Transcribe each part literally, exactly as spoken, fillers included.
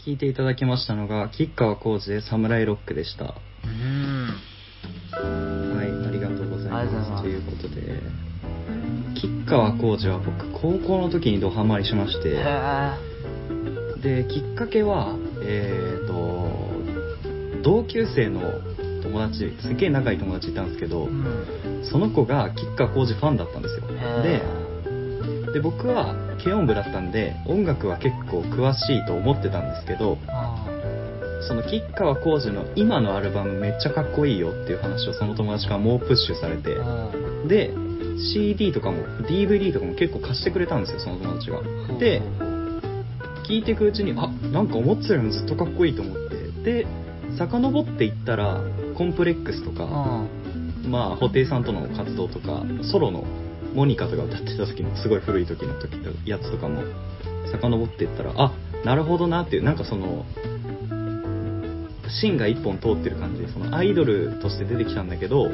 聞いていただきましたのが吉川晃司でサムライロックでした。 うーん。 はい、ありがとうございありがとうございま。 ますすということで、吉川晃司は僕高校の時にドハマりしまして、 へできっかけはえーと同級生の友達、すげえ仲いい友達いたんですけど、 ー。うん。 その子が吉川晃司ファンだったんですよ。でで僕は軽音部だったんで音楽は結構詳しいと思ってたんですけど、 あその吉川晃司の今のアルバムめっちゃかっこいいよっていう話をその友達から猛プッシュされて、 ー。 で シーディー とかも ディーブイディー とかも結構貸してくれたんですよ、その友達が。で聴いていくうちに、あ、なんか思ってたよりもずっとかっこいいと思って、で遡っていったらコンプレックスとか、まあ布袋さんとの活動とかソロのモニカとか歌ってた時のすごい古い時の時のやつとかも遡っていったら、あ、なるほどなっていう、なんかその芯が一本通ってる感じで、そのアイドルとして出てきたんだけど、うん、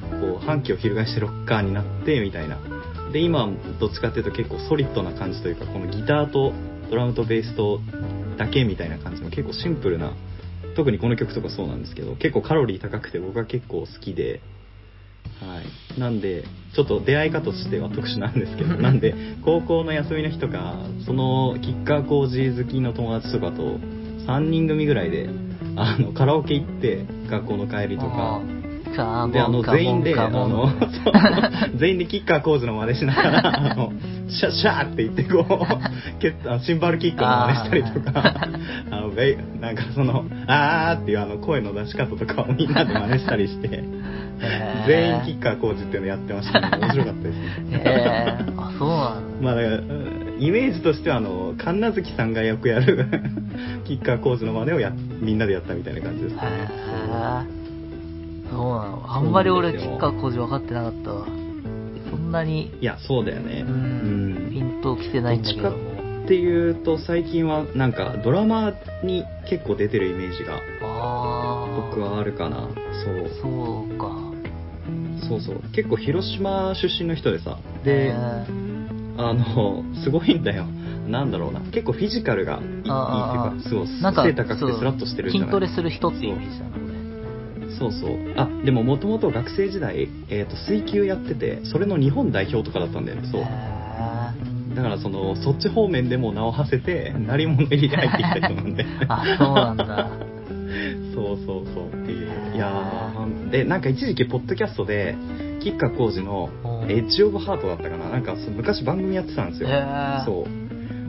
こう反旗を翻してロッカーになってみたいな。で今どっちかっていうと結構ソリッドな感じというか、このギターとドラムとベースとだけみたいな感じの結構シンプルな、特にこの曲とかそうなんですけど、結構カロリー高くて僕は結構好きで、はい、なんでちょっと出会い方としては特殊なんですけどなんで高校の休みの日とかその吉川晃司好きの友達とかとさんにん組ぐらいであのカラオケ行って学校の帰りとかで、あの全員であの全員で吉川晃司の真似しながらあのシャッシャーって言ってこうケッシンバルキックの真似したりとかあのベイなんかそのあーっていうあの声の出し方とかをみんなで真似したりして全員吉川晃司っていうのやってましたね。面白かったですね。 へーあ、そうなんだ。 まあだからイメージとしてはあの神奈月さんがよくやる吉川晃司の真似をやみんなでやったみたいな感じですね。 そうなの。あんまり俺吉川晃司分かってなかったわ。そんなに。 いや、そうだよね。 うん。うん、ピンときてないんだけども。 っていうと最近はなんかドラマに結構出てるイメージが僕はあるかな。そう。 そうか。 そうそう。結構広島出身の人でさ。で、あのすごいんだよ。なんだろうな。結構フィジカルがいいっていうか、すごい背高くてスラッとしてるじゃない。 筋トレする人っていうイメージだな。 そうそう。あ、でももともと学生時代、えーと、水球やってて、それの日本代表とかだったんだよね。そう。だからそのそっち方面でも名を馳せて鳴り物入りで入ってきた人なんで。 あ、そうなんだ。 そうそうそうっていう。いやーでなんか一時期ポッドキャストで吉川晃司のエッジオブハートだったかな。なんか昔番組やってたんですよ。そう。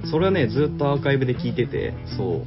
それはねずっとアーカイブで聞いてて、そう。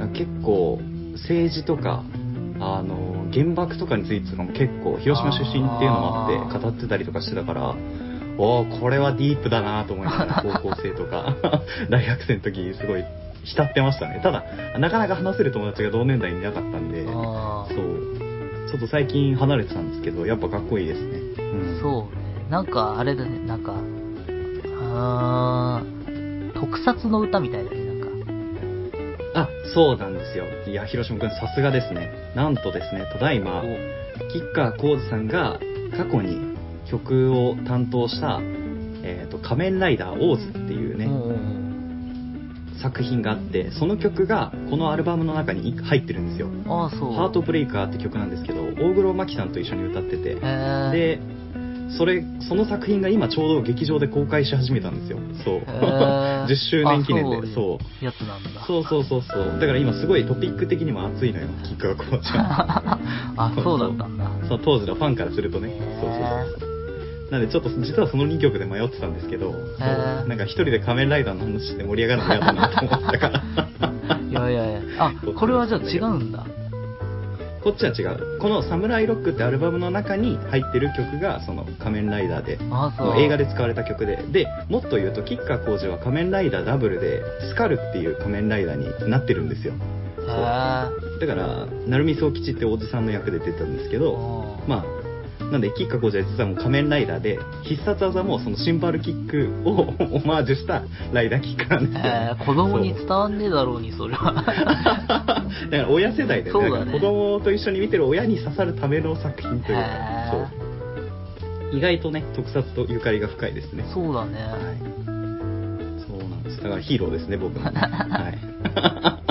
結構政治とか。あの原爆とかについてとかも結構広島出身っていうのもあって語ってたりとかしてたから、おーこれはディープだなと思いながら高校生とか大学生の時すごい浸ってましたね。ただなかなか話せる友達が同年代にいなかったんで、そうちょっと最近離れてたんですけどやっぱかっこいいですね。 うん、そうね。なんかあれだね、なんかあー特撮の歌みたいだね。 あ、そうなんですよ。いや、広島くんさすがですね。なんとですね、ただいま吉川晃司さんが過去に曲を担当した、えーと、仮面ライダーオーズっていうね、作品があって、その曲がこのアルバムの中に入ってるんですよ。 あ、そう。 ハートブレイカーって曲なんですけど、大黒摩季さんと一緒に歌ってて、でそれその作品が今ちょうど劇場で公開し始めたんですよ。そう。じゅっしゅうねん記念で、そうやつなんだ。 そうそうそうそう。だから今すごいトピック的にも熱いのよ、吉川晃司は。 あ、そうだったんだ。 そう、当時のファンからするとね。そうそうそう。なんでちょっと実はそのにきょくで迷ってたんですけど、そうなんか一人で仮面ライダーの話して盛り上がるの嫌だなと思ったから。 いやいやいや。あ、これはじゃあ違うんだ。 こっちは違う。このサムライロックってアルバムの中に入ってる曲がその仮面ライダーで、 あ、そう映画で使われた曲で、でもっと言うと吉川晃司は仮面ライダーダブルでスカルっていう仮面ライダーになってるんですよ。そうだから成海宗吉っておじさんの役で出たんですけど、まあなんで吉川晃司は実はもう仮面ライダーで必殺技もそのシンバルキックをオマージュしたライダーキックなんですよ。 えー、子供に伝わんねえだろうにそれは。だから親世代で、ね、そうだね、子供と一緒に見てる親に刺さるための作品というか、そう意外とね特撮とゆかりが深いですね。 そうだね。はい、 そうなんです。だからヒーローですね僕の、ね。はい。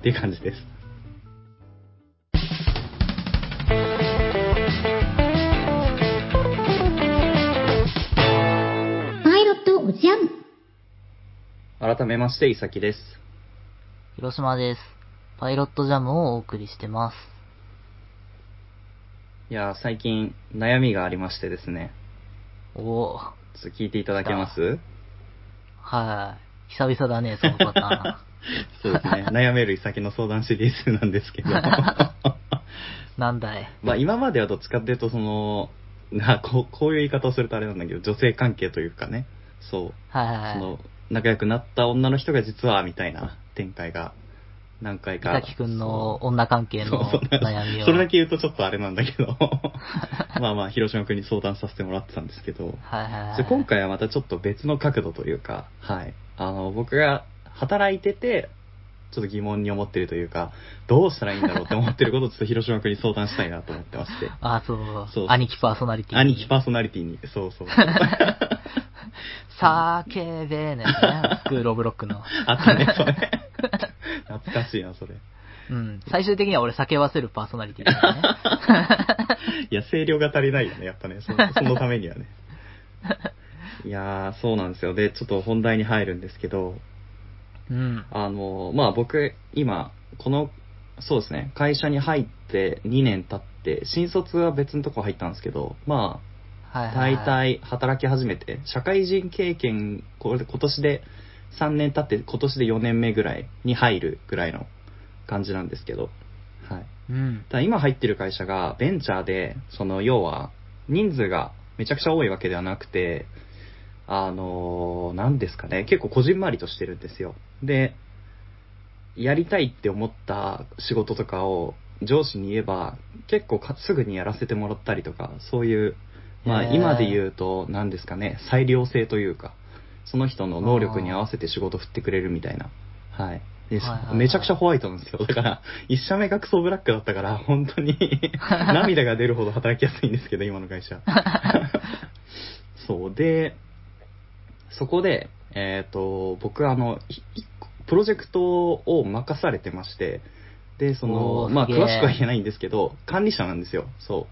っていう感じです。 パイロットおじゃん。 改めまして、いさきです。 広島です。パイロットジャムをお送りしてます。 いやー、最近悩みがありましてですね。 おー。 ちょっと聞いていただけます？ はい。久々だね、そのパタそうですね。悩めるいさきの相談シリーズなんですけど。 なんだい。 まあ今まではどっちかっていうと、その、なこう、こういう言い方をするとあれなんだけど、女性関係というかね。そう。 はいはいはい。 その、仲良くなった女の人が実は、みたいな展開が何回か。 いさきくんの女関係の悩みを。 それだけ言うとちょっとあれなんだけど。まあまあ、広島くんに相談させてもらってたんですけど。 はいはいはい。 じゃ今回はまたちょっと別の角度というか、はい。あの、僕が働いてて、ちょっと疑問に思ってるというか、どうしたらいいんだろうって思ってることをちょっと広島くんに相談したいなと思ってまして。 あ、そう。 そうそう兄貴パーソナリティに。 兄貴パーソナリティに。そうそう。 叫べーね、スクールオブロックの。 あったね、それ。懐かしいな、それ。 うん。最終的には俺叫ばせるパーソナリティだね。 いや、声量が足りないよね、やっぱね。そ, そのためにはね。いやー、そうなんですよ。で、ちょっと本題に入るんですけど、 うん。 あの、まあ僕、今、この、そうですね、会社に入ってにねん経って、新卒は別のとこ入ったんですけど、まあ、 はいはいはい、 大体働き始めて、社会人経験、これで今年でさんねん経って、今年でよねんめぐらいに入るぐらいの感じなんですけど、はい。 うん。 ただ今入ってる会社がベンチャーで、その要は人数がめちゃくちゃ多いわけではなくて、あのー、なんですかね、結構こじんまりとしてるんですよ。で、やりたいって思った仕事とかを上司に言えば結構かすぐにやらせてもらったりとか、そういう、まあ今で言うと何ですかね、裁量性というか、その人の能力に合わせて仕事振ってくれるみたいな。はい。で、はいはいはい、めちゃくちゃホワイトなんですよ。だから、一社目がクソブラックだったから、本当に涙が出るほど働きやすいんですけど、今の会社。そう。で、そこで、えっ、ー、と、僕あの、プロジェクトを任されてまして、で、その、まあ、詳しくは言えないんですけど、管理者なんですよ。そう。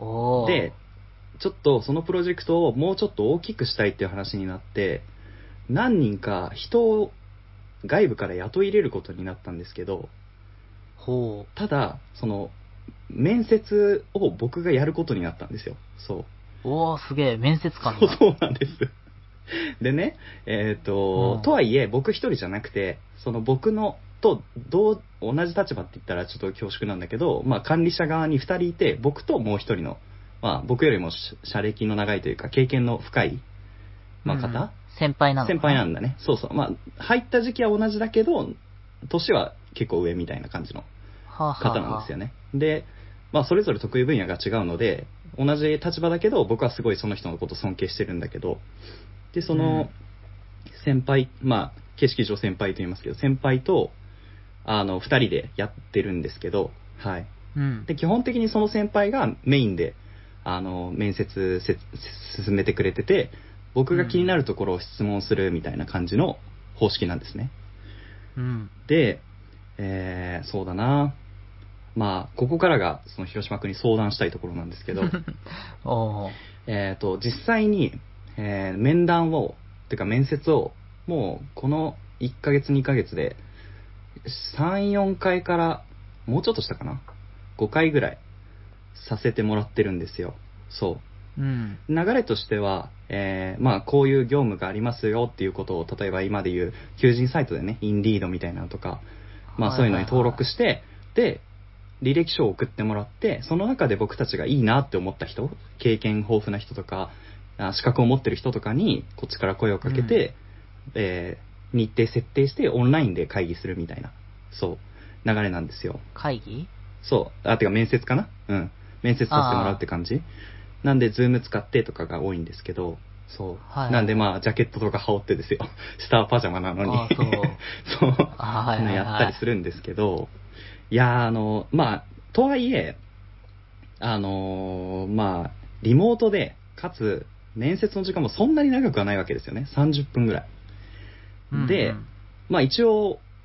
おで、ちょっとそのプロジェクトをもうちょっと大きくしたいっていう話になって、何人か人を外部から雇い入れることになったんですけど、 ほう。 ただ、その、面接を僕がやることになったんですよ。そう。 おー、すげえ、面接官だ。 そう、そうなんです。でね、えっ、ー、と、 うん、 とはいえ、僕一人じゃなくて、その僕の、と、どう、同じ立場って言ったらちょっと恐縮なんだけど、まあ管理者側に二人いて、僕ともう一人の、まあ僕よりも社歴の長いというか、経験の深い、まあ方、うん、 先輩なのかな。 先輩なんだね。そうそう。まあ、入った時期は同じだけど、年は結構上みたいな感じの方なんですよね。はあはあ、で、まあそれぞれ得意分野が違うので、同じ立場だけど、僕はすごいその人のこと尊敬してるんだけど、で、その、先輩、うん、まあ、景色上先輩と言いますけど、先輩と、あの、二人でやってるんですけど、はい。 うん、 で、基本的にその先輩がメインで、あの、面接せ進めてくれてて、僕が気になるところを質問するみたいな感じの方式なんですね。 うん、 で、えー、そうだな。まあ、ここからが、その広島君に相談したいところなんですけど、 おえっと、実際に、えー、面談を、てか面接を、もうこのいっかげつにかげつで、さん、よんかいから、もうちょっとしたかな ?ご 回ぐらいさせてもらってるんですよ。そう。 うん、 流れとしては、えー、まあこういう業務がありますよっていうことを、例えば今でいう求人サイトでね、インディードみたいなのとか、まあそういうのに登録して、はいはいはい、で、履歴書を送ってもらって、その中で僕たちがいいなって思った人、経験豊富な人とか、資格を持ってる人とかに、こっちから声をかけて、うん、えー、日程設定してオンラインで会議するみたいな、そう、流れなんですよ。 会議？ そう。あ、てか面接かな？うん。面接させてもらうって感じ。なんで、ズーム使ってとかが多いんですけど、そう。はいはいはい、なんでまあ、ジャケットとか羽織ってですよ。下はパジャマなのに。 あそう。 そう。 あ、はいはいはい、 やったりするんですけど、いやあの、まあ、とはいえ、あのー、まあ、リモートで、かつ、面接の時間もそんなに長くはないわけですよね。さんじゅっぷんぐらい。 うんうん、 で、まあ一応、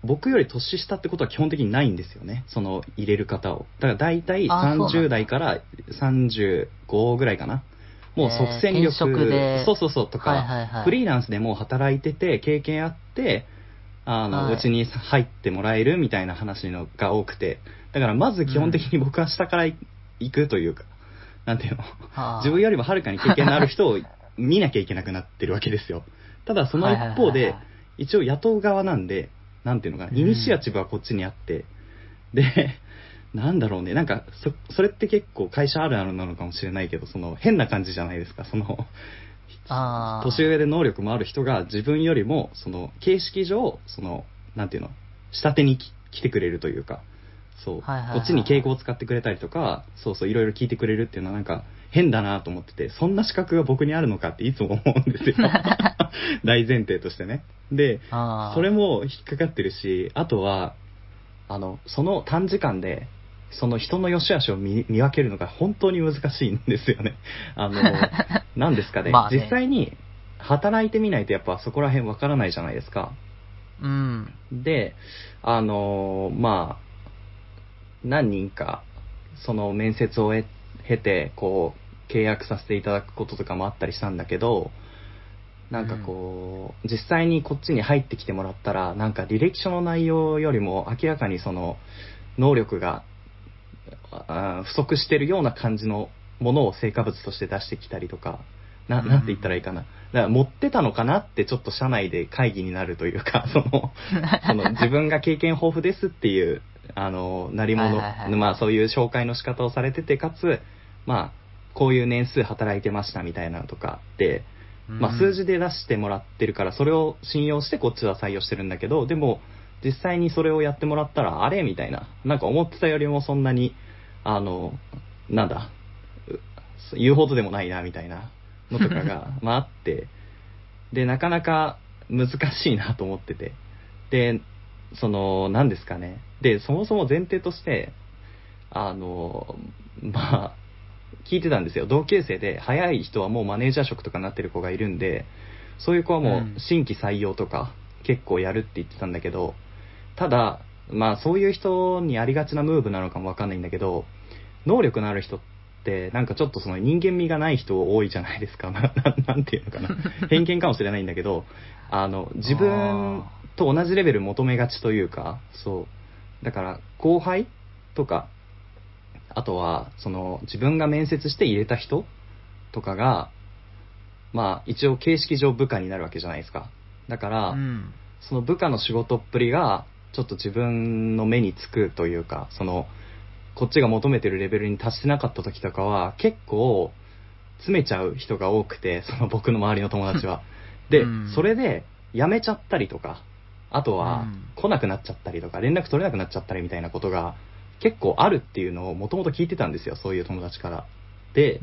僕より年下ってことは基本的にないんですよね、その入れる方を。だから大体さんじゅう代からさんじゅうごぐらいかな。もう即戦力、えー、そうそうそうとか、はいはいはい、フリーランスでもう働いてて経験あってあの、はい、うちに入ってもらえるみたいな話のが多くて、だからまず基本的に僕は下から行くというか、うん、なんていうの、自分よりもはるかに経験のある人を見なきゃいけなくなってるわけですよ。ただその一方で、はいはいはいはい、一応雇う側なんで、なんていうのかな、イニシアチブはこっちにあって、うん、で、なんだろうね、なんか そ, それって結構会社あるあるなのかもしれないけど、その変な感じじゃないですか。そのあ年上で能力もある人が自分よりもその形式上そのなんていうの下手に来てくれるというか、そう、はいはいはいはい、こっちに敬語を使ってくれたりとか、そうそういろいろ聞いてくれるっていうのはなんか変だなと思ってて、そんな資格が僕にあるのかっていつも思うんですよ。大前提としてね。で、それも引っかかってるし、あとはあのその短時間でその人の良し悪しを 見, 見分けるのが本当に難しいんですよね。あのなんですかね、まあね、実際に働いてみないとやっぱそこら辺わからないじゃないですか。 うん。 で、あのまあ何人かその面接を経てこう契約させていただくこととかもあったりしたんだけど、なんかこう、うん、実際にこっちに入ってきてもらったらなんか履歴書の内容よりも明らかにその能力が不足してるような感じのものを成果物として出してきたりとか、な、なんて言ったらいいかな。だから持ってたのかなってちょっと社内で会議になるというか、その、その自分が経験豊富ですっていう、あの、なり物、はいはいはい、まあそういう紹介の仕方をされてて、かつ、まあ、こういう年数働いてましたみたいなのとかで、まあ数字で出してもらってるから、それを信用してこっちは採用してるんだけど、でも、実際にそれをやってもらったらあれみたいな、なんか思ってたよりもそんなにあのなんだ言うほどでもないなみたいなのとかがまああって、でなかなか難しいなと思ってて、でその何ですかね、でそもそも前提としてあのまあ聞いてたんですよ。同級生で早い人はもうマネージャー職とかになってる子がいるんで、そういう子はもう新規採用とか結構やるって言ってたんだけど、ただまあそういう人にありがちなムーブなのかもわかんないんだけど、能力のある人ってなんかちょっとその人間味がない人多いじゃないですか。な, なんていうのかな、偏見かもしれないんだけど、あの自分と同じレベル求めがちというか、そうだから後輩とか、あとはその自分が面接して入れた人とかがまあ一応形式上部下になるわけじゃないですか。だから、うん、その部下の仕事っぷりがちょっと自分の目につくというか、そのこっちが求めてるレベルに達してなかった時とかは結構詰めちゃう人が多くて、その僕の周りの友達はで、うん、それで辞めちゃったりとか、あとは来なくなっちゃったりとか連絡取れなくなっちゃったりみたいなことが結構あるっていうのをもともと聞いてたんですよ、そういう友達から。で、うん、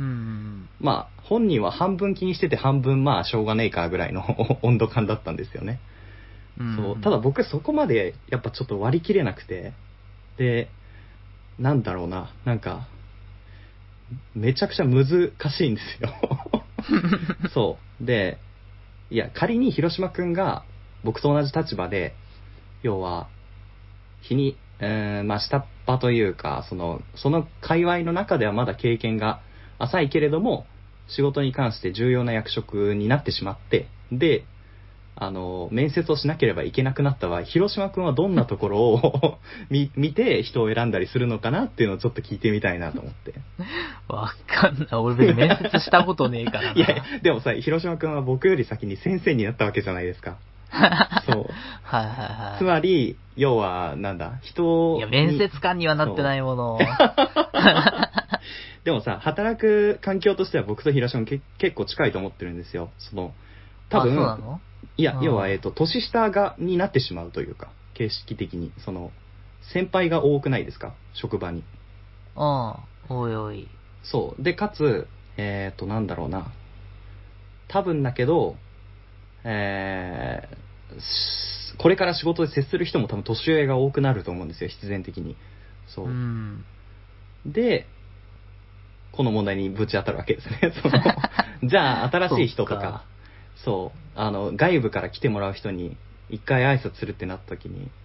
まあ本人は半分気にしてて半分まあしょうがねえかぐらいの温度感だったんですよね。うん、そうただ僕そこまでやっぱちょっと割り切れなくて、でなんだろうな、なんかめちゃくちゃ難しいんですよ。そうで、いや仮に広島くんが僕と同じ立場で、要は日に、えー、まあ下っ端というか、そのその界隈の中ではまだ経験が浅いけれども仕事に関して重要な役職になってしまって、であの面接をしなければいけなくなった場合、広島君はどんなところを見, 見て人を選んだりするのかなっていうのをちょっと聞いてみたいなと思って。 わかんない、俺別に面接したことねえからな。 いやいやでもさ、広島君は僕より先に先生になったわけじゃないですか。そうはいはいはい。 つまり要はなんだ、人いや面接官にはなってないもの。 でもさ、働く環境としては僕と広島君結構近いと思ってるんですよ。その多分、 あ、そうなの？ いや、要は、えっと、年下が、になってしまうというか、形式的に、その、先輩が多くないですか、職場に。 ああ、おいおい。 そう。で、かつ、えっと、なんだろうな。多分だけど、えー、これから仕事で接する人も多分年上が多くなると思うんですよ、必然的に。そう。うん、で、この問題にぶち当たるわけですね。そのじゃあ、新しい人とか、そうあの外部から来てもらう人に一回挨拶するってなった時に、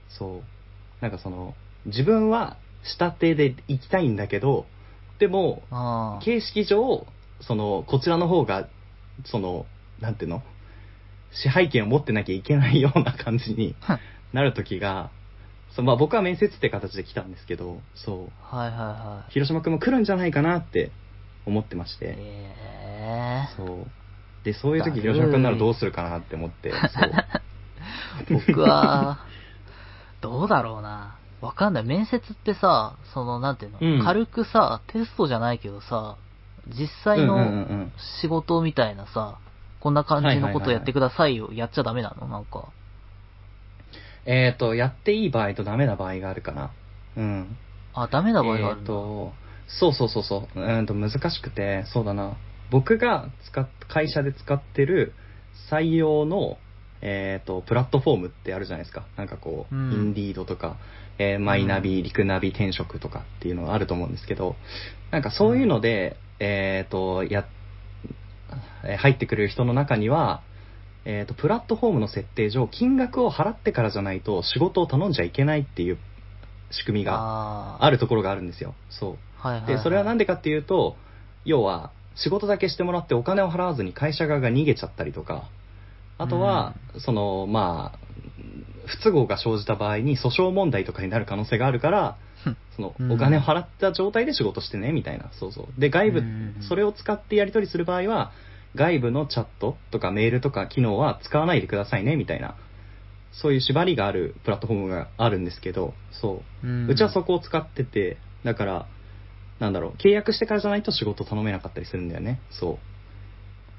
そう。なんかその、自分は下手で行きたいんだけど、でも、形式上、その、こちらの方が、その、なんていうの支配権を持ってなきゃいけないような感じになるときが、そう、まあ僕は面接って形で来たんですけど、そう。 はいはいはい。 広島くんも来るんじゃないかなって思ってまして。 えー、 そう。で、そういう時広島くんならどうするかなって思って、そう。 僕は、どうだろうな。わかんない。面接ってさ、その、なんていうの、 うん、 軽くさ、テストじゃないけどさ、実際の仕事みたいなさ、こんな感じのことやってくださいよ、やっちゃダメなのなんか。 えっと、やっていい場合とダメな場合があるかな。うん。 あ、ダメな場合があるんだ。 えっと、そうそうそうそう。うんと、難しくて、そうだな。僕が使っ、会社で使ってる採用の、えっと、プラットフォームってあるじゃないですか。なんかこう、うん、インディードとか、えー、マイナビ、リクナビ、転職とかっていうのがあると思うんですけど、なんかそういうので、うん、えっと、や、入ってくれる人の中には、えっと、プラットフォームの設定上、金額を払ってからじゃないと仕事を頼んじゃいけないっていう仕組みがあるところがあるんですよ。そう。 はいはいはい、 で、それはなんでかっていうと、要は、仕事だけしてもらってお金を払わずに会社側が逃げちゃったりとか、あとは、うん、その、まあ、不都合が生じた場合に訴訟問題とかになる可能性があるから、その、お金を払った状態で仕事してね、みたいな。そうそう。で、外部、それを使ってやり取りする場合は、外部のチャットとかメールとか機能は使わないでくださいね、みたいな。そういう縛りがあるプラットフォームがあるんですけど、そう。うん、うちはそこを使ってて、だから、なんだろう、契約してからじゃないと仕事頼めなかったりするんだよね。そう。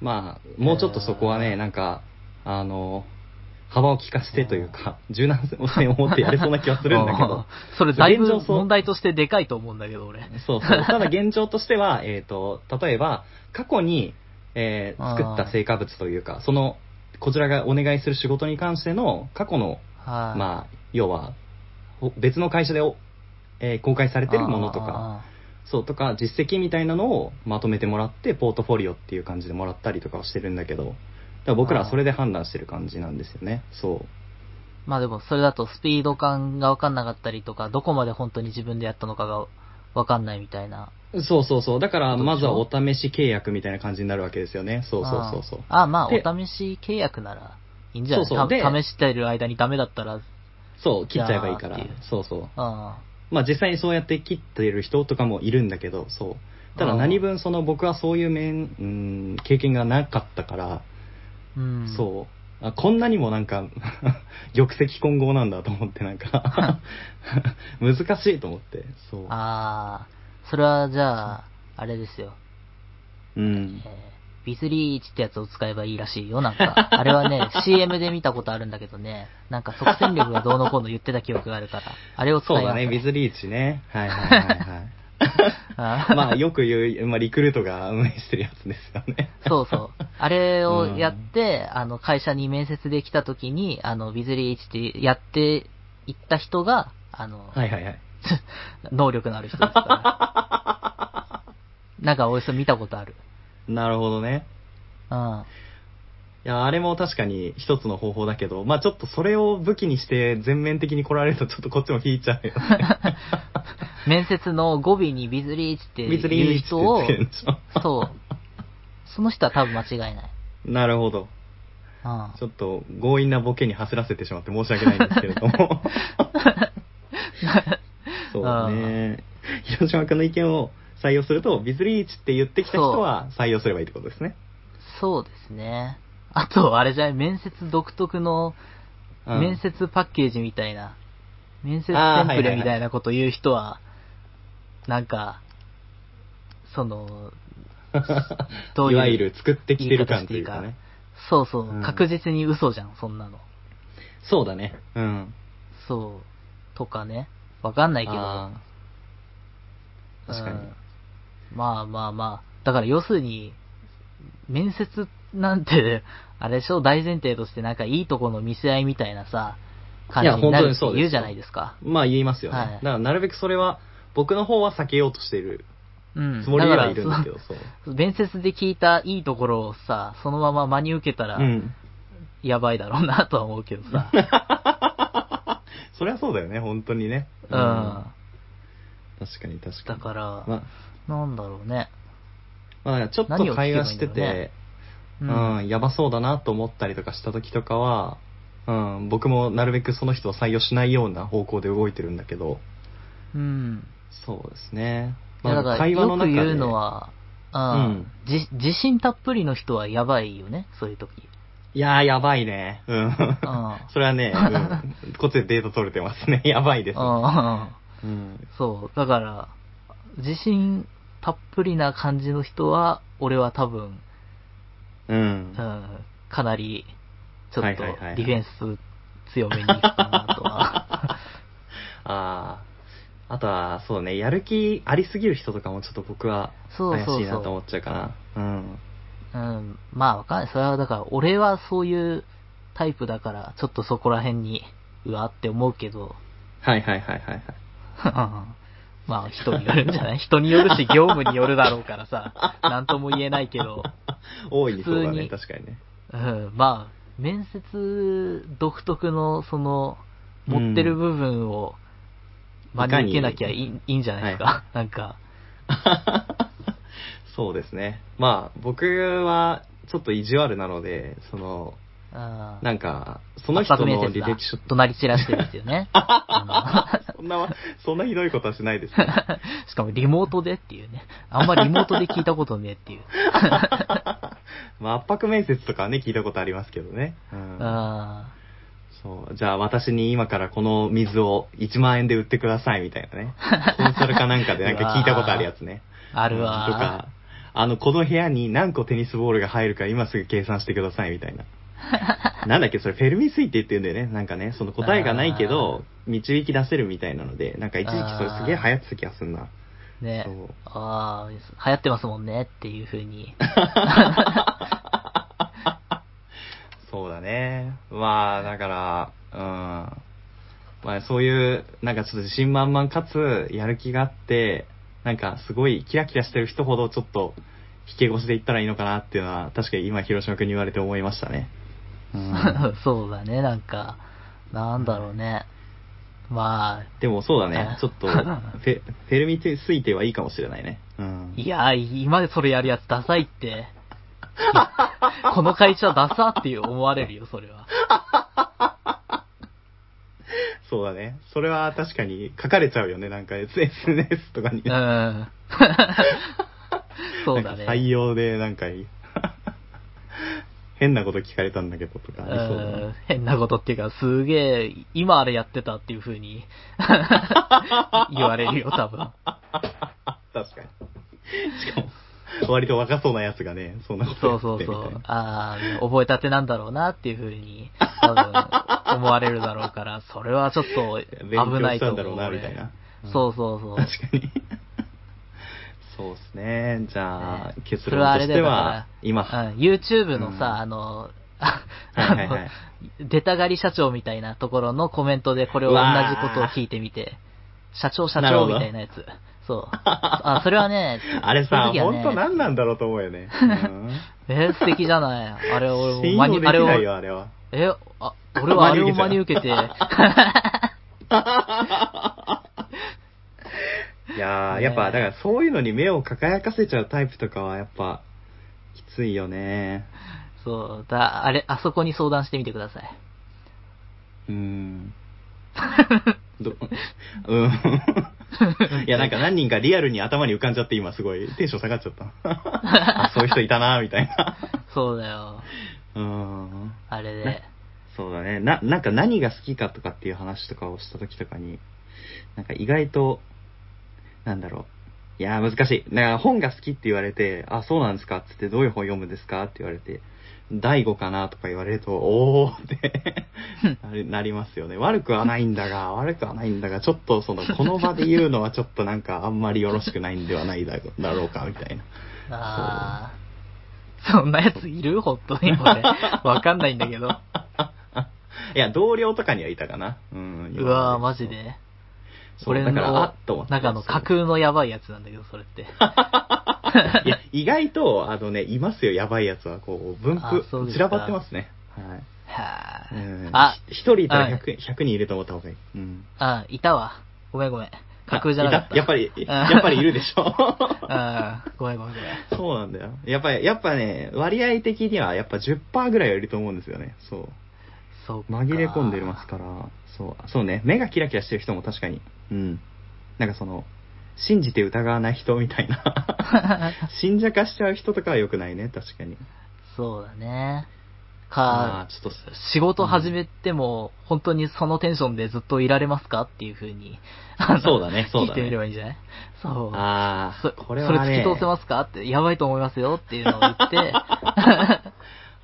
まあ、もうちょっとそこはね、なんか、あの、幅を利かせてというか、柔軟性を持ってやれそうな気はするんだけど。 それだいぶ問題としてでかいと思うんだけど、俺。 そうそう。ただ現状としては、えっと、例えば、過去に、えー、作った成果物というか、その、こちらがお願いする仕事に関しての過去の、まあ、要は、別の会社で、えー、公開されてるものとか、そうとか、実績みたいなのをまとめてもらって、ポートフォリオっていう感じでもらったりとかをしてるんだけど、だから僕らはそれで判断してる感じなんですよね。そう。 まあでも、それだとスピード感が分かんなかったりとか、どこまで本当に自分でやったのかが分かんないみたいな。 そうそうそう。だから、まずはお試し契約みたいな感じになるわけですよね。そうそうそうそう。 ああ、まあ、お試し契約ならいいんじゃないですか。試してる間にダメだったら。 そう、切っちゃえばいいから。そうそう。あまあ実際にそうやって切ってる人とかもいるんだけど、そう。ただ何分その僕はそういう面、うん、経験がなかったから、うん、そう。あこんなにもなんか玉石混合なんだと思ってなんか難しいと思って。そう。 ああ、それはじゃあ、あれですよ。 うん。 えービズリーチってやつを使えばいいらしいよ、なんか。あれはね、シーエム で見たことあるんだけどね、なんか即戦力がどうのこうの言ってた記憶があるから、あれを使います、 ね。そうだね、ビズリーチね。はいはいはいはい。まあよく言う、まあリクルートが運営してるやつですよね。 そうそう。あれをやって、うん、あの、会社に面接で来た時に、あの、ビズリーチってやっていった人が、あの、 はいはいはい。 能力のある人ですから。なんかおよそ見たことある。 なるほどね。 うん。 いや、あれも確かに一つの方法だけど、まあちょっとそれを武器にして全面的に来られるとちょっとこっちも引いちゃうよね。 面接の語尾にビズリーチっていう人を、そう。その人は多分間違いない。 なるほど。 うん、 ちょっと強引なボケに走らせてしまって申し訳ないんですけれども。そうだね。広島君の意見を採用すると、ビズリーチって言ってきた人は採用すればいいってことですね。 そうですね。あと、あれじゃない、面接独特の、面接パッケージみたいな、うん、面接テンプレみたいなこと言う人は、なんか、その、 どういういわゆる作ってきてる感というかね。 そうそう、うん、確実に嘘じゃん、そんなの。 そうだね。うん。 そう。とかね。わかんないけど。 確かに、うん。 まあまあまあ。だから要するに、面接なんて、あれでしょ、大前提としてなんかいいとこの見せ合いみたいなさ、感じになるって言うじゃないですか。 まあ言いますよね。はい、だからなるべくそれは、僕の方は避けようとしているつもりではいるんだけど、うん、 そう。面接で聞いたいいところをさ、そのまま真に受けたら、うん、やばいだろうなとは思うけどさ。 そりゃそうだよね、本当にね。 うん。うん、 確かに確かに。 だから、 ま、 なんだろうね。 まあ、ちょっと会話してて、ね、うん、うん、やばそうだなと思ったりとかした時とかは、うん、僕もなるべくその人を採用しないような方向で動いてるんだけど、 うん。 そうですね。 まあ、だから会話の中でよく言うのは、うん、じ自信たっぷりの人はやばいよね、そういう時。 いやー、やばいね。うん。うん、それはね、うん、こっちでデータ取れてますね。やばいです、ね。 うん。そう。だから、自信たっぷりな感じの人は、俺は多分、 うん。うん、 かなり、ちょっと、ディフェンス強めに行くかなとは。 ああ。あとは、そうね、やる気ありすぎる人とかもちょっと僕は怪しいなと思っちゃうかな。そうそうそう。うん。 うん、まあわかんない。それはだから、俺はそういうタイプだから、ちょっとそこら辺に、うわって思うけど。 はいはいはいはいはい。まあ人によるんじゃない人によるし、業務によるだろうからさ、なんとも言えないけど。 大いにそうだね、確かにね。 うん、まあ、面接独特の、その、持ってる部分を、真に受けなきゃいい、いいんじゃないですか、はい、なんか。 そうですね。まあ、僕はちょっと意地悪なので、その、なんか、その人の履歴書。 隣散らしてるんですよね。 そんな、そんなひどいことはしないですね。 しかもリモートでっていうね。あんまリモートで聞いたことねえっていう。 まあ、圧迫面接とかはね、聞いたことありますけどね。うん、あそう。じゃあ私に今からこの水をいちまんえんで売ってくださいみたいなね。コンサルかなんかでなんか聞いたことあるやつね。 あるわ、 うん。とか、あの、この部屋に何個テニスボールが入るか今すぐ計算してくださいみたいな。なんだっけ、それフェルミ推定って言うんだよね。なんかね、その答えがないけど、導き出せるみたいなので、なんか一時期それすげえ流行ってた気がするな。 ね。そう。ああ、流行ってますもんねっていう風に。 そうだね。まあ、だから、うん。まあ、そういう、なんかちょっと自信満々かつ、やる気があって、なんかすごいキラキラしてる人ほどちょっと、引け腰で言ったらいいのかなっていうのは、確かに今、広島君に言われて思いましたね。 うん、そうだね、なんか、なんだろうね。まあ。 でもそうだね、ちょっとフェ、フェルミ推定はいいかもしれないね。うん、 いや、今でそれやるやつダサいって。この会社ダサって思われるよ、それは。 そうだね。それは確かに書かれちゃうよね、なんか エスエヌエス とかに。 うん。そうだね。 採用でなんか変なこと聞かれたんだけどとかありそうだな。 変なことっていうか、すげえ、今あれやってたっていう風に言われるよ、多分。 確かに。しかも、割と若そうなやつがね、そんなことやってみたいな。そうそうそう。 ああ、覚えたてなんだろうなっていう風に、多分、思われるだろうから、それはちょっと危ないと思う。勉強したんだろうな、みたいな。そうそうそう。 確かに。そうですね。じゃあ、ね、結論としては、今、 うん、YouTube のさ、うん、あの、はいはいはい、出たがり社長みたいなところのコメントでこれを同じことを聞いてみて、社長社長みたいなやつ。そう。あ、それはね、 あれさ、ね、本当何なんだろうと思うよね。うん、 え、素敵じゃない。あれ俺も真に、あれを、あれは。 え、あ、俺はあれを真に受けて。 いやー、ね、やっぱ、だからそういうのに目を輝かせちゃうタイプとかはやっぱ、きついよね。 そう、だ、あれ、あそこに相談してみてください。 うーん。どうん。いや、なんか何人かリアルに頭に浮かんじゃって今すごいテンション下がっちゃった。あ、そういう人いたなみたいな。 そうだよ。 うん。 あれで。 そうだね。な、なんか何が好きかとかっていう話とかをした時とかに、なんか意外と、なんだろう。いやー難しい。なんか本が好きって言われて、あ、そうなんですかってってどういう本読むんですかって言われて、大悟かなとか言われると、おーってなりますよね。悪くはないんだが、悪くはないんだが、ちょっとその、この場で言うのはちょっとなんかあんまりよろしくないんではないだろうか、みたいな。 あー。そんなやついる本当に俺。わかんないんだけど。 いや、同僚とかにはいたかな。うん。 うわー、マジで。俺の中の架空のやばいやつなんだけど、それって。 いや、意外と、あのね、いますよ、やばいやつは。こう、分布、散らばってますね。はい。 はうん、 あ、 一人いたら ひゃく, ひゃくにんいると思った方がいい。うん。 あ、いたわ。ごめんごめん。架空じゃなかった。 やっぱり、やっぱりいるでしょ。 あごめんごめんごめん。 そうなんだよ。やっぱり、やっぱね、割合的にはやっぱ じゅっパーセント ぐらいはいると思うんですよね。そう。 そうか。 紛れ込んでますから。そう。そうね。目がキラキラしてる人も確かに。うん。なんかその、信じて疑わない人みたいな。信者化しちゃう人とかは良くないね。確かに。 そうだね。か、 ちょっと仕事始めても、うん、本当にそのテンションでずっといられますかっていう風に、 そうだね、そうだね。 聞いてみればいいんじゃない？そう。 ああ、これはね、それ突き通せますかって、やばいと思いますよっていうのを言って、 うん。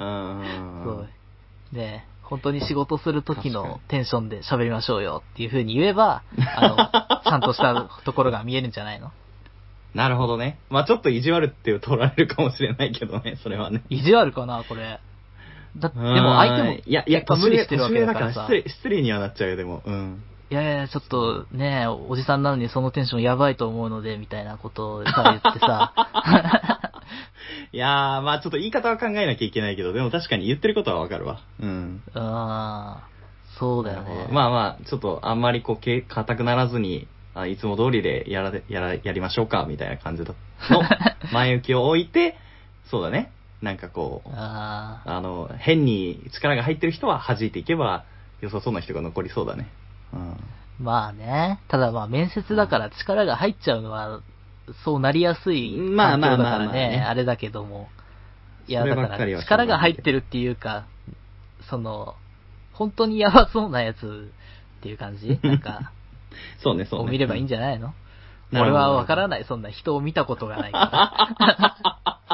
そう。で、本当に仕事する時のテンションで喋りましょうよっていう風に言えば、あの、ちゃんとしたところが見えるんじゃないの？ なるほどね。まあちょっと意地悪って取られるかもしれないけどね、それはね。 意地悪かな、これ。だでも相手も、 いや、いや、 無理してるわけだからさ。 失礼、失礼にはなっちゃうよ、でも。うん。 いやいや、ちょっとね、おじさんなのにそのテンションやばいと思うので、みたいなことをさ、言ってさ。 いやー、まあちょっと言い方は考えなきゃいけないけど、でも確かに言ってることはわかるわ。うん。 ああ、そうだよね。 まあまあ、ちょっとあんまりこう、硬くならずに、あいつも通りでやら、やら、やりましょうか、みたいな感じの前置きを置いて、そうだね。なんかこう、 あ, あの、変に力が入ってる人は弾いていけば、良さそうな人が残りそうだね。うん、 まあね。ただまあ面接だから力が入っちゃうのは、そうなりやすい環境だからね、あれだけども。いや、だから力が入ってるっていうか、その、本当にやばそうなやつっていう感じなんか、 そうね、そうね。 を見ればいいんじゃないの？うん、俺はわからない。そんな人を見たことがないから。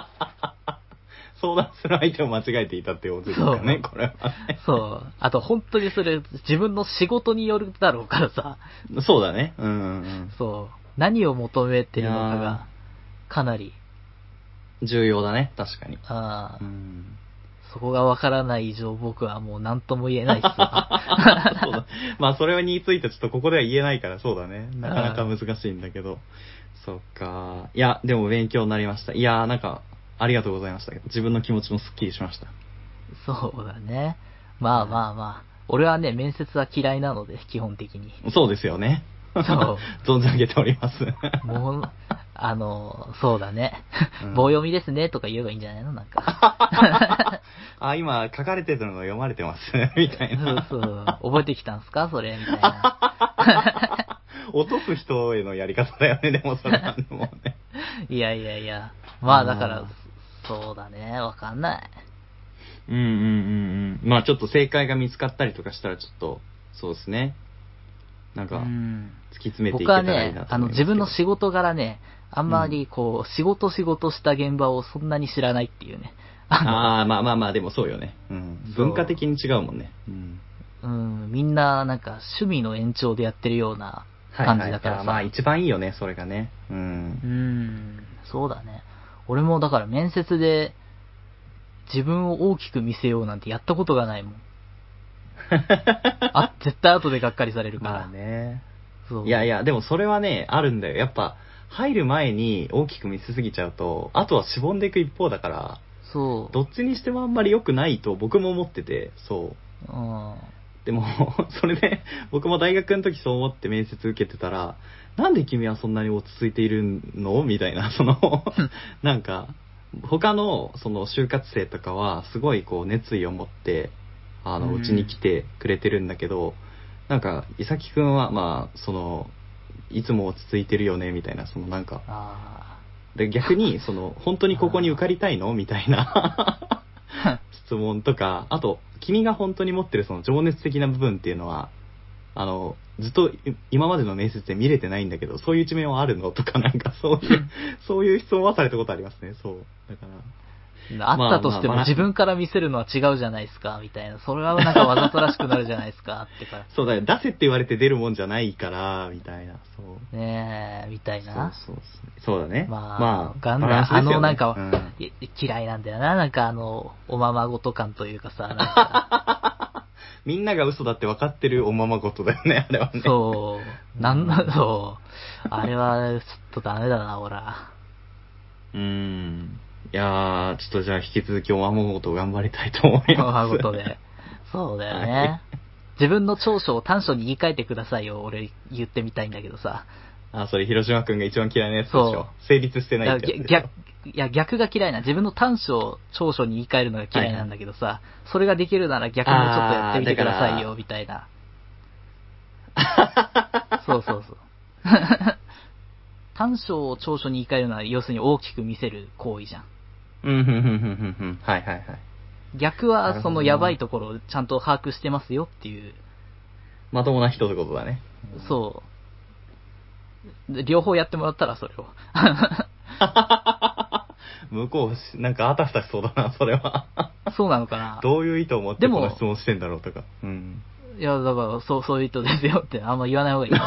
相談する相手を間違えていたってことですかね、これは、ね。 そう。あと本当にそれ、自分の仕事によるだろうからさ。 そうだね。うんうんうん。 そう。何を求めてるのかが、かなり。 重要だね、確かに。 ああ。 うん。 そこがわからない以上、僕はもう何とも言えないっすわ。そうだ。まあ、それについてちょっとここでは言えないからそうだね。なかなか難しいんだけど。そっか。いや、でも勉強になりました。いや、なんか、ありがとうございました。自分の気持ちもスッキリしました。 そうだね。まあまあまあ。俺はね、面接は嫌いなので、基本的に。 そうですよね。 そう。 存じ上げております。 もう、あの、そうだね。うん、棒読みですねとか言えばいいんじゃないのなんか。 あ、今書かれてるのが読まれてます。みたいな。 そうそう。覚えてきたんすかそれみたいな。 落とす人へのやり方だよね、でもそれはでもね。 いやいやいや。まあだから、そうだね。わかんない。 うんうんうんうん。まあちょっと正解が見つかったりとかしたらちょっと、そうですね。なんか、突き詰めていけたらいいなと思いますけど。僕はね、 あの自分の仕事柄ね、あんまりこう、うん、仕事仕事した現場をそんなに知らないっていうね。 ああ、まあまあまあ、でもそうよね。うん。文化的に違うもんね。うん。 うん、みんななんか趣味の延長でやってるような感じだからさ。はいはい、 まあ一番いいよね、それがね。うん。 うん、そうだね。俺もだから面接で自分を大きく見せようなんてやったことがないもん。あ、絶対後でがっかりされるから。 まあね。 そう。 いやいや、でもそれはね、あるんだよ。やっぱ、入る前に大きく見せすぎちゃうと、あとはしぼんでいく一方だから、 そう。 どっちにしてもあんまり良くないと僕も思ってて、そう。 うん。 でも、それで、僕も大学の時そう思って面接受けてたら、なんで君はそんなに落ち着いているのみたいな、その、なんか、他の、その、就活生とかは、すごいこう、熱意を持って、あの、うちに来てくれてるんだけど、なんか、伊崎くんは、まあ、その、いつも落ち着いてるよね、みたいな、そのなんか、 あで逆に、その、本当にここに受かりたいのみたいな質問とか、あと、君が本当に持ってるその情熱的な部分っていうのは、あの、ずっと今までの面接で見れてないんだけど、そういう一面はあるのとか、なんかそういう、そういう質問はされたことありますね、そう。だから。 あったとしても自分から見せるのは違うじゃないですか、みたいな。それはなんかわざとらしくなるじゃないですか、ってか。 そうだよ、出せって言われて出るもんじゃないから、みたいな。そう。 ねえ、みたいな。 そうそうそう。そうだね。 まあ、 まあ、 ガンダ、ね、あのなんか、うん、嫌いなんだよな、なんかあの、おままごと感というかさ、なんか。 みんなが嘘だって分かってるおままごとだよね、あれはね。 そう。なんだろう。あれは、ちょっとダメだな、ほら。 うーん。いやー、ちょっとじゃあ引き続きおままごと頑張りたいと思います。 おままごとで。 そうだよね。自分の長所を短所に言い換えてくださいよ、俺言ってみたいんだけどさ。 あ、それ広島くんが一番嫌いなやつでしょ。成立してないってやつでしょ。 逆、いや、逆が嫌いな。自分の短所を長所に言い換えるのが嫌いなんだけどさ、はいはい、それができるなら逆にちょっとやってみてくださいよ、みたいな。そうそうそう。短所を長所に言い換えるのは、要するに大きく見せる行為じゃん。 うん、うん、うん、うん、うん。はいはいはい。 逆は、そのやばいところをちゃんと把握してますよっていう。 まともな人ってことだね。 そう。両方やってもらったら、それを。 向こう、なんかあたふたしそうだな、それは。 そうなのかな。 どういう意図を持ってこの質問してんだろうとか。うん。 いや、だから、そう、そういう意図ですよってあんま言わない方がいい。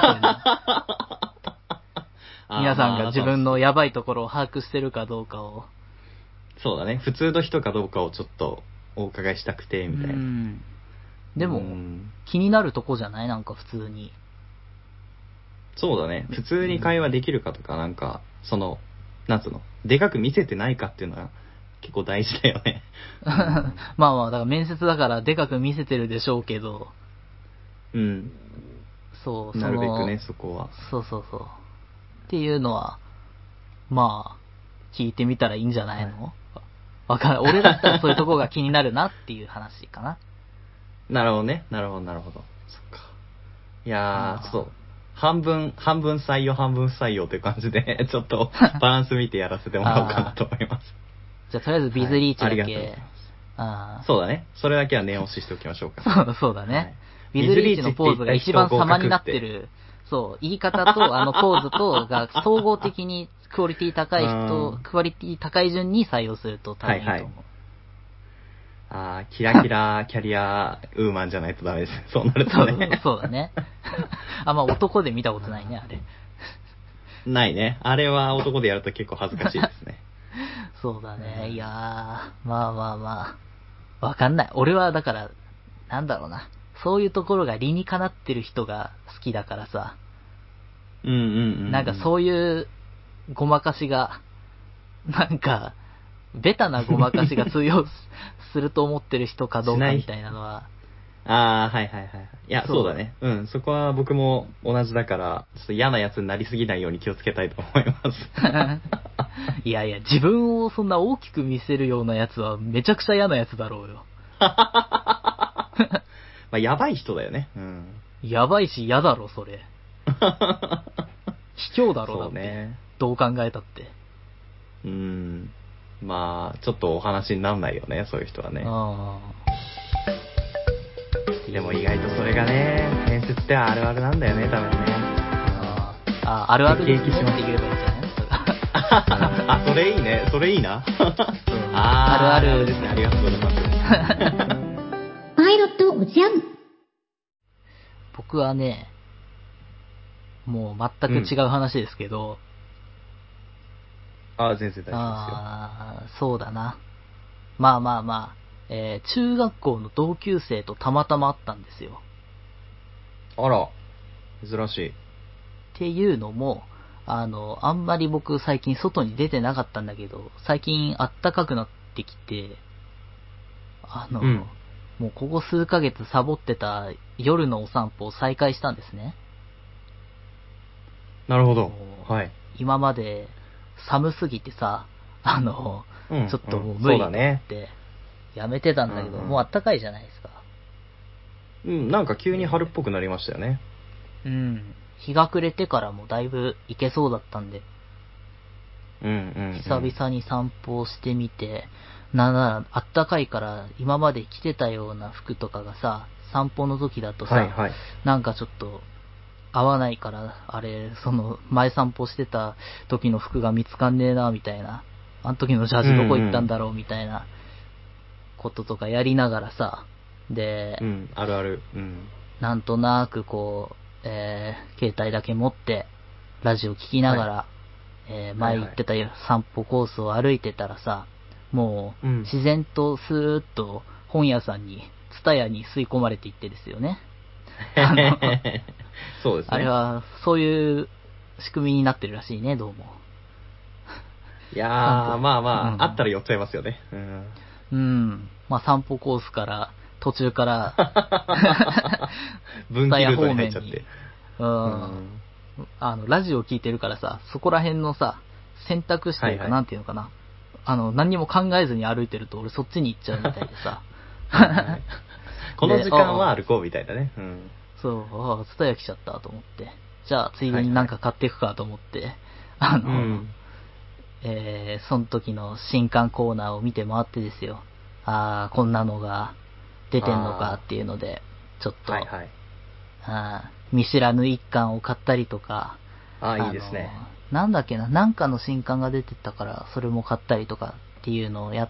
皆さんが自分のやばいところを把握してるかどうかを。 そうだね。普通の人かどうかをちょっとお伺いしたくて、みたいな。うん。 でも、気になるとこじゃない？なんか普通に。 そうだね。普通に会話できるかとか、なんか、その、なんつうの、でかく見せてないかっていうのは結構大事だよね。 うん、まあまあ、だから面接だからでかく見せてるでしょうけど。 うん。 そう、 なるべくね、そこは。 そうそうそう。っていうのは、まあ、聞いてみたらいいんじゃないの？わかんない。俺だったらそういうとこが気になるなっていう話かな。 なるほどね。なるほど、なるほど。そっか。いやー、ちょっと、半分、半分採用、半分不採用という感じで、ちょっとバランス見てやらせてもらおうかなと思います。 じゃあ、とりあえずビズリーチだけ、はい、ありがとうございます。あそうだね。それだけは念押ししておきましょうか。 そうそうだね。はい、ビズリーチのポーズが一番様になってる。そう、言い方とあのポーズとが総合的にクオリティ高い人、クオリティ高い順に採用すると多分いいと思う。はいはい、 あー、キラキラキャリアウーマンじゃないとダメです。そうなるとね。 そうだね。あんま男で見たことないね、あれ。 ないね。あれは男でやると結構恥ずかしいですね。 そうだね。いやー、まあまあまあ。わかんない。俺はだから、なんだろうな。そういうところが理にかなってる人が好きだからさ。 うんうんうん、うん。 なんかそういうごまかしが、なんか、ベタなごまかしが通用すると思ってる人かどうかみたいなのは。 ああ、はいはいはい。いや、そうだね。うん、そこは僕も同じだから、ちょっと嫌なやつになりすぎないように気をつけたいと思います。 いやいや、自分をそんな大きく見せるようなやつはめちゃくちゃ嫌なやつだろうよ。 まあ、やばい人だよね。うん。 やばいし嫌だろ、それ。卑怯だろ、だって。ね。どう考えたって。 うーん。まあ、ちょっとお話にならないよね、そういう人はね。あでも意外とそれがね、面接ってあるあるなんだよね、多分ね。 ああ、あるあるですねって言えばいいんじゃないあ、それいいね。それいいな。 うん、あるあるですね。 ありがとうございます。 パイロットおじゃん。 僕はね、もう全く違う話ですけど。 うん、ああ、全然大丈夫ですよ。 ああ、そうだな。まあまあまあ。えー、中学校の同級生とたまたま会ったんですよ。 あら、珍しい。 っていうのも、あの、あんまり僕最近外に出てなかったんだけど、最近暖かくなってきて、あの、うん、もうここ数ヶ月サボってた夜のお散歩を再開したんですね。 なるほど。はい。 今まで寒すぎてさ、あの、うん、ちょっともう無理と思って、うんやめてたんだけど、うんうん、もうあったかいじゃないですか。 うん、なんか急に春っぽくなりましたよね。 うん。日が暮れてからもだいぶ行けそうだったんで。 うんうん、うん。 久々に散歩をしてみて、なんならあったかいから今まで着てたような服とかがさ、散歩の時だとさ、 はいはい、 なんかちょっと合わないから、あれ、その前散歩してた時の服が見つかんねえな、みたいな。あの時のジャージどこ行ったんだろう、みたいな。こととかやりながらさ、で、 うん、あるある、うん、 なんとなくこう、えー、携帯だけ持って、ラジオ聞きながら、はい、えー、前行ってた散歩コースを歩いてたらさ、もう、自然とスーッと本屋さんに、ツタヤに吸い込まれていってですよね。あのそうですね。 あれは、そういう仕組みになってるらしいね、どうも。 いやー、まあまあ、うん、あったら寄っちゃいますよね。うんうん。まあ散歩コースから途中から、 分岐ルートに入っちゃって。 うん。あの、ラジオ聞いてるからさ、そこら辺のさ、選択肢というか、はいはい、なんていうのかな。あの、何にも考えずに歩いてると、俺そっちに行っちゃうみたいでさ。 はい、この時間は歩こうみたいだね。うん、 そう、ああ、ツタヤ来ちゃったと思って。じゃあ、ついでになんか買っていくかと思って、はいはい、あの、うん、えー、その時の新刊コーナーを見て回ってですよ。ああ、こんなのが出てんのかっていうので、ちょっと、はいはい、あ見知らぬ一巻を買ったりとか、 ああ、いいですね。 なんだっけな、なんかの新刊が出てたから、それも買ったりとかっていうのをやって、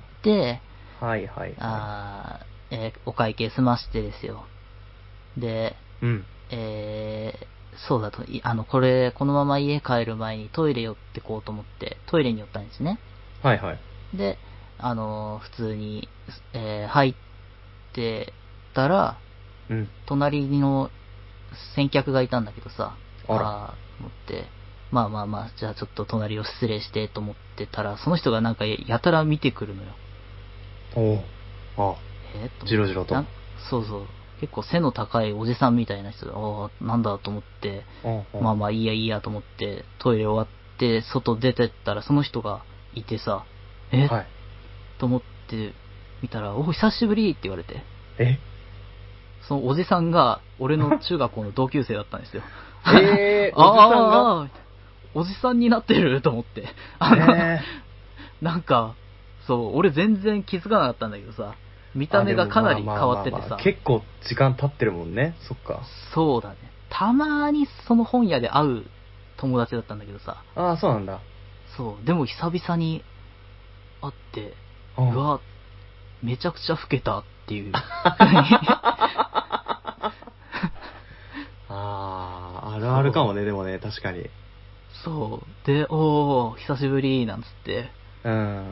はいはい、はい、 あえー、お会計済ましてですよ。で、 うん、 えー、そうだと、あの、これ、このまま家帰る前にトイレ寄ってこうと思って、トイレに寄ったんですね。 はいはい。 で、あの、普通に、えー、入ってたら、 うん、 隣の先客がいたんだけどさ、 あら、 あーと思って、まあまあまあ、じゃあちょっと隣を失礼してと思ってたら、その人がなんかやたら見てくるのよ。 おああ、 えー、とじろじろと。 そうそう。結構背の高いおじさんみたいな人で、ああ、なんだと思って、まあまあいいやいいやと思って、トイレ終わって、外出てったらその人がいてさ、え、はい、と思って見たら、お久しぶりって言われて。 えそのおじさんが、俺の中学校の同級生だったんですよ。 えー、おじさんがあおじさんになってると思って。あの、えー、なんか、そう、俺全然気づかなかったんだけどさ、見た目がかなり変わっててさ。 結構時間経ってるもんね、そっか。 そうだね。たまにその本屋で会う友達だったんだけどさ。 ああ、そうなんだ。 そう。でも久々に会って、うわ、めちゃくちゃ老けたっていう。 ああ、あるあるかもね、でもね、確かに。 そう。で、おー、久しぶり、なんつって。 うん。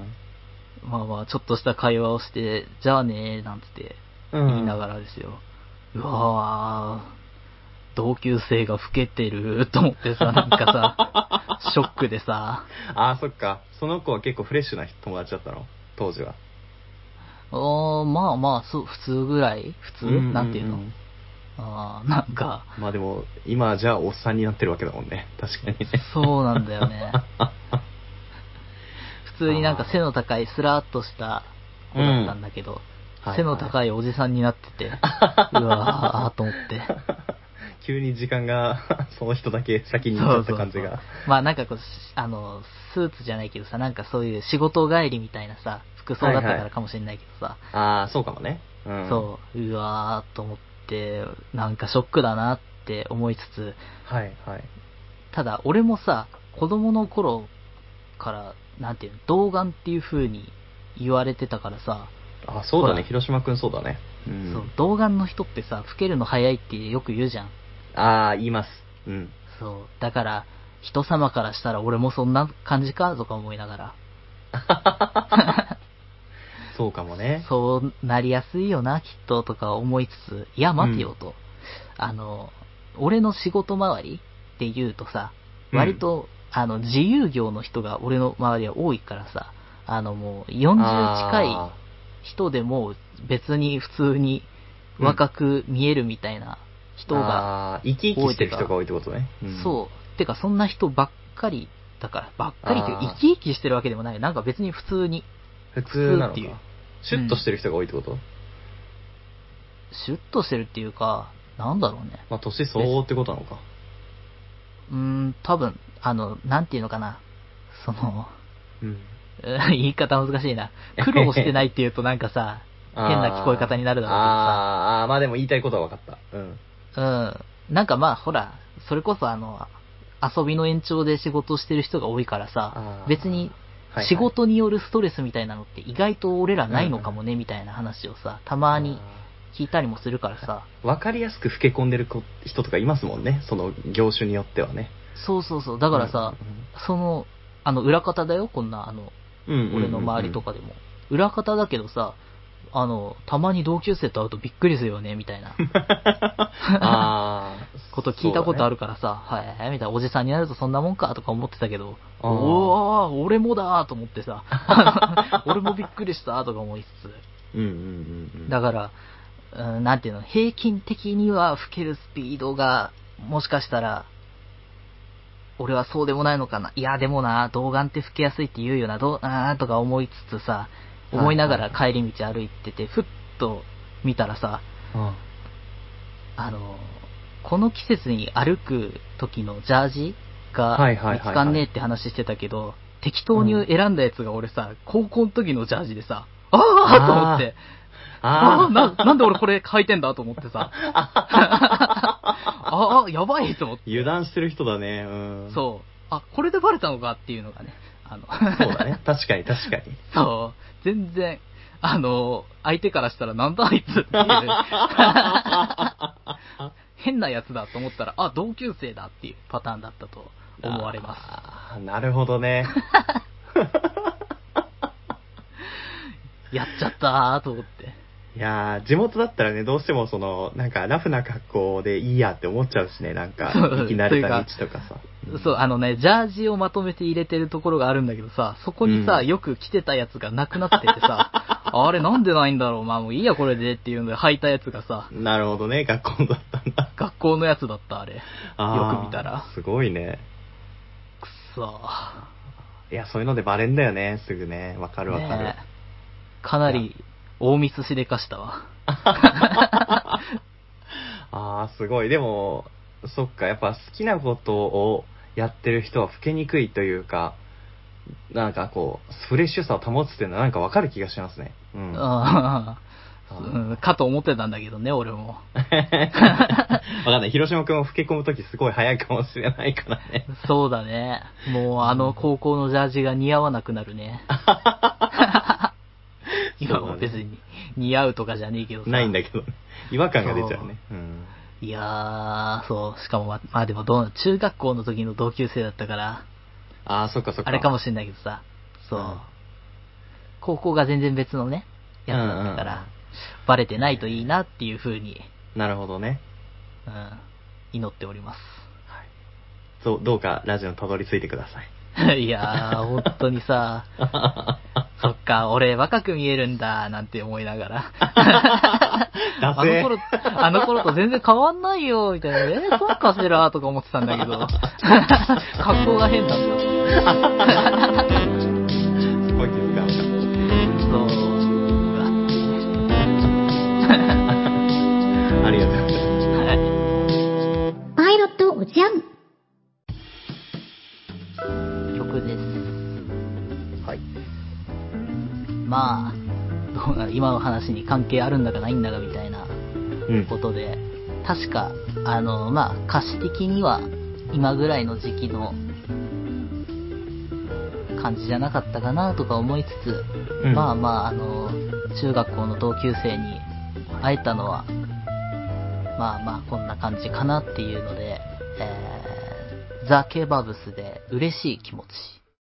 まあまあ、ちょっとした会話をして、じゃあねー、なんつって言いながらですよ。うん、うわー、同級生が老けてると思ってさ、なんかさ、ショックでさ。 ああ、そっか。その子は結構フレッシュな友達だったの当時は。 あー、まあまあ、そう、普通ぐらい普通、うんうんうん、なんていうのああ、なんか。 まあでも、今じゃあおっさんになってるわけだもんね。確かにね。 そうなんだよね。普通になんか背の高いスラーっとした子だったんだけど、うん、背の高いおじさんになってて、はいはい、うわーと思って。 急に時間がその人だけ先に行っちゃった感じが。そうそうそうまあなんかこう、あの、スーツじゃないけどさ、なんかそういう仕事帰りみたいなさ、服装だったからかもしれないけどさ。 はいはい、ああ、そうかもね。 うん、そう、うわーと思って、なんかショックだなって思いつつ、 はいはい。 ただ俺もさ、子供の頃から、なんていうの、童顔っていう風に言われてたからさ。 あ、そうだね、広島くんそうだね。 うん、そう、童顔の人ってさ、老けるの早いってよく言うじゃん。 ああ、言います。うん。 そう、だから、人様からしたら俺もそんな感じかとか思いながら。 そうかもね。 そうなりやすいよな、きっと、とか思いつつ、いや、待てよと。うん、あの、俺の仕事周りって言うとさ、割と、うん、あの、自由業の人が俺の周りは多いからさ、あのもうよんじゅう近い人でも別に普通に若く見えるみたいな人が多い、うん、生き生きしてる人が多いってことね。 うん、そう。てかそんな人ばっかりだから、ばっかりっていう生き生きしてるわけでもない。なんか別に普通に。 普通なのか。普通っていう。シュッとしてる人が多いってこと、うん、 シュッとしてるっていうか、なんだろうね。 まあ年相応ってことなのか。 うーん、多分、あの、なんていうのかな。その、 うん、 言い方難しいな。苦労してないっていうとなんかさ、変な聞こえ方になるだろうけどさ。 ああ、まあでも言いたいことは分かった。うん。 うん。なんかまあ、ほら、それこそあの、遊びの延長で仕事してる人が多いからさ、別に仕事によるストレスみたいなのって意外と俺らないのかもねみたいな話をさ、たまに聞いたりもするからさ。 わかりやすく老け込んでる人とかいますもんね、その業種によってはね。 そうそうそう。だからさ、うんうんうん、その、あの、裏方だよ、こんな、あの、うんうんうんうん、俺の周りとかでも。裏方だけどさ、あの、たまに同級生と会うとびっくりするよね、みたいな。 あこと聞いたことあるからさ、ね、はい、みたいな、おじさんになるとそんなもんか、とか思ってたけど、おー、俺もだーと思ってさ、俺もびっくりしたとか思いつつ。 うんうんうんうん、 だから、 うん、なんていうの、平均的には吹けるスピードが、もしかしたら、俺はそうでもないのかな。いや、でもな、童顔って吹けやすいって言うよな、どう、あーとか思いつつさ、思いながら帰り道歩いてて、ふっと見たらさ、 うん、 あの、この季節に歩く時のジャージが見つかんねえって話してたけど、適当に選んだやつが俺さ、高校の時のジャージでさ、あーと思って、ああな、なんで俺これ履いてんだと思ってさ。ああ、やばいと思って。 油断してる人だね。うん。 そう。あ、これでバレたのかっていうのがね。あのそうだね。確かに確かに。 そう。全然、あの、相手からしたらなんだあいつっていう。変なやつだと思ったら、あ、同級生だっていうパターンだったと思われます。 あ、なるほどね。 やっちゃったーと思って。 いやー、地元だったらね、どうしてもその、なんかラフな格好でいいやって思っちゃうしね、なんか、生き慣れた道とかさ。 そう、あのね、ジャージをまとめて入れてるところがあるんだけどさ、そこにさ、うん、よく着てたやつがなくなっててさ、あれなんでないんだろう、まあもういいやこれでっていうので履いたやつがさ。 なるほどね、学校だったんだ。 学校のやつだった、あれ。よく見たら。 すごいね。 くっそー。いや、そういうのでバレんだよね、すぐね。わかるわかる。 ね、かなり、大ミスしでかしたわ。 ああ、すごい。でも、そっか、やっぱ好きなことをやってる人は老けにくいというか、なんかこう、フレッシュさを保つっていうのはなんかわかる気がしますね。うん。 あうん、かと思ってたんだけどね、俺も。 わかんない。広島くんも老け込むときすごい早いかもしれないからね。 そうだね。もうあの高校のジャージが似合わなくなるね。いや、もう別に似合うとかじゃねえけどさ。 ないんだけど、違和感が出ちゃうね。うん、 いやー、そう、しかもま、まあでもどう、中学校の時の同級生だったから、 あー、そっかそっか。 あれかもしれないけどさ、そう、うん、高校が全然別のね、やつだったから、うんうん、バレてないといいなっていう風に。 なるほどね。 うん、祈っております。 はい。そう、どうかラジオにたどり着いてください。 いやー、本当にさ、そっか、俺若く見えるんだ、なんて思いながら。あの頃、あの頃と全然変わんないよ、みたいな。えー、そうかしら、とか思ってたんだけど。格好が変だった。 すごい気づかなかった。 そう。うわ。 ありがとうございます。 はい。 パイロットおじゃん。 曲です。 はい。 まあ、どうな今の話に関係あるんだかないんだかみたいなことで、うん、確か、あの、まあ、歌詞的には今ぐらいの時期の感じじゃなかったかなとか思いつつ、うん、まあまあ、あの、中学校の同級生に会えたのは、まあまあ、こんな感じかなっていうので、えー、ザ・ケバブスで嬉しい気持ち。